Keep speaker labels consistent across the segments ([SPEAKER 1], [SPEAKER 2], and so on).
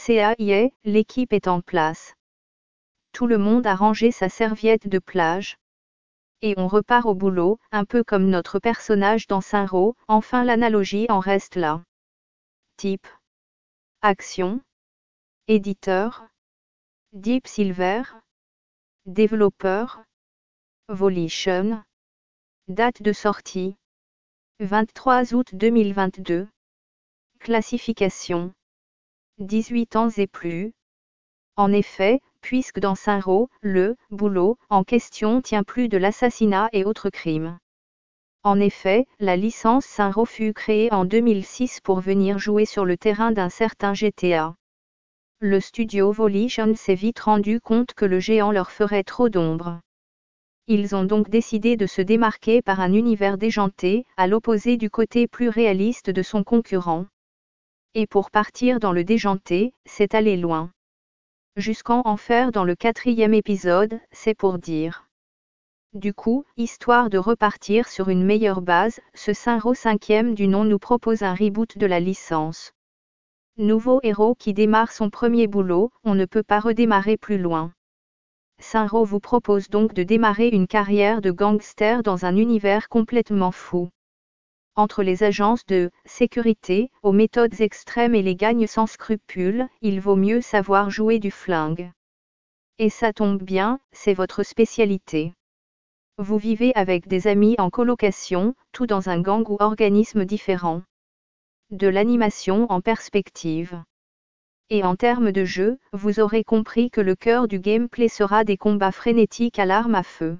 [SPEAKER 1] Ça y est, l'équipe est en place. Tout le monde a rangé sa serviette de plage. Et on repart au boulot, un peu comme notre personnage dans Saint-Roch, enfin l'analogie en reste là. Type. Action. Éditeur. Deep Silver. Développeur. Volition. Date de sortie. 23 août 2022. Classification. 18 ans et plus. En effet, puisque dans Saint-Roch, le boulot en question tient plus de l'assassinat et autres crimes. En effet, la licence Saint-Roch fut créée en 2006 pour venir jouer sur le terrain d'un certain GTA. Le studio Volition s'est vite rendu compte que le géant leur ferait trop d'ombre. Ils ont donc décidé de se démarquer par un univers déjanté, à l'opposé du côté plus réaliste de son concurrent. Et pour partir dans le déjanté, c'est aller loin. Jusqu'en enfer dans le 4e épisode, c'est pour dire. Du coup, histoire de repartir sur une meilleure base, ce Saint-Roch 5e du nom nous propose un reboot de la licence. Nouveau héros qui démarre son premier boulot, on ne peut pas redémarrer plus loin. Saint-Roch vous propose donc de démarrer une carrière de gangster dans un univers complètement fou. Entre les agences de sécurité, aux méthodes extrêmes et les gagnes sans scrupules, il vaut mieux savoir jouer du flingue. Et ça tombe bien, c'est votre spécialité. Vous vivez avec des amis en colocation, tout dans un gang ou organisme différent. De l'animation en perspective. Et en termes de jeu, vous aurez compris que le cœur du gameplay sera des combats frénétiques à l'arme à feu.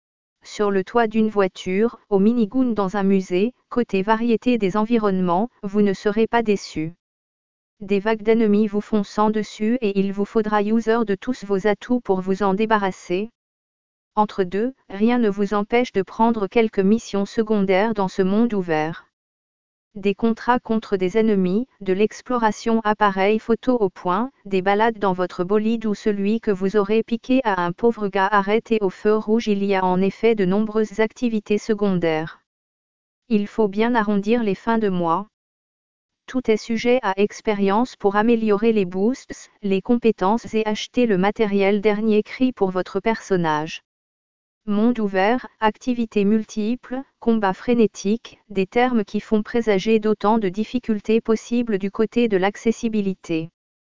[SPEAKER 1] Sur le toit d'une voiture, au minigun dans un musée, côté variété des environnements, vous ne serez pas déçus. Des vagues d'ennemis vous foncent dessus et il vous faudra user de tous vos atouts pour vous en débarrasser. Entre deux, rien ne vous empêche de prendre quelques missions secondaires dans ce monde ouvert. Des contrats contre des ennemis, de l'exploration appareil photo au point, des balades dans votre bolide ou celui que vous aurez piqué à un pauvre gars arrêté au feu rouge. Il y a en effet de nombreuses activités secondaires. Il faut bien arrondir les fins de mois. Tout est sujet à expérience pour améliorer les boosts, les compétences et acheter le matériel dernier cri pour votre personnage. Monde ouvert, activités multiples, combats frénétiques, des termes qui font présager d'autant de difficultés possibles du côté de l'accessibilité.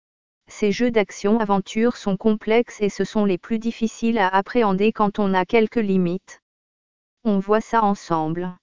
[SPEAKER 1] Ces jeux d'action-aventure sont complexes et ce sont les plus difficiles à appréhender quand on a quelques limites. On voit ça ensemble.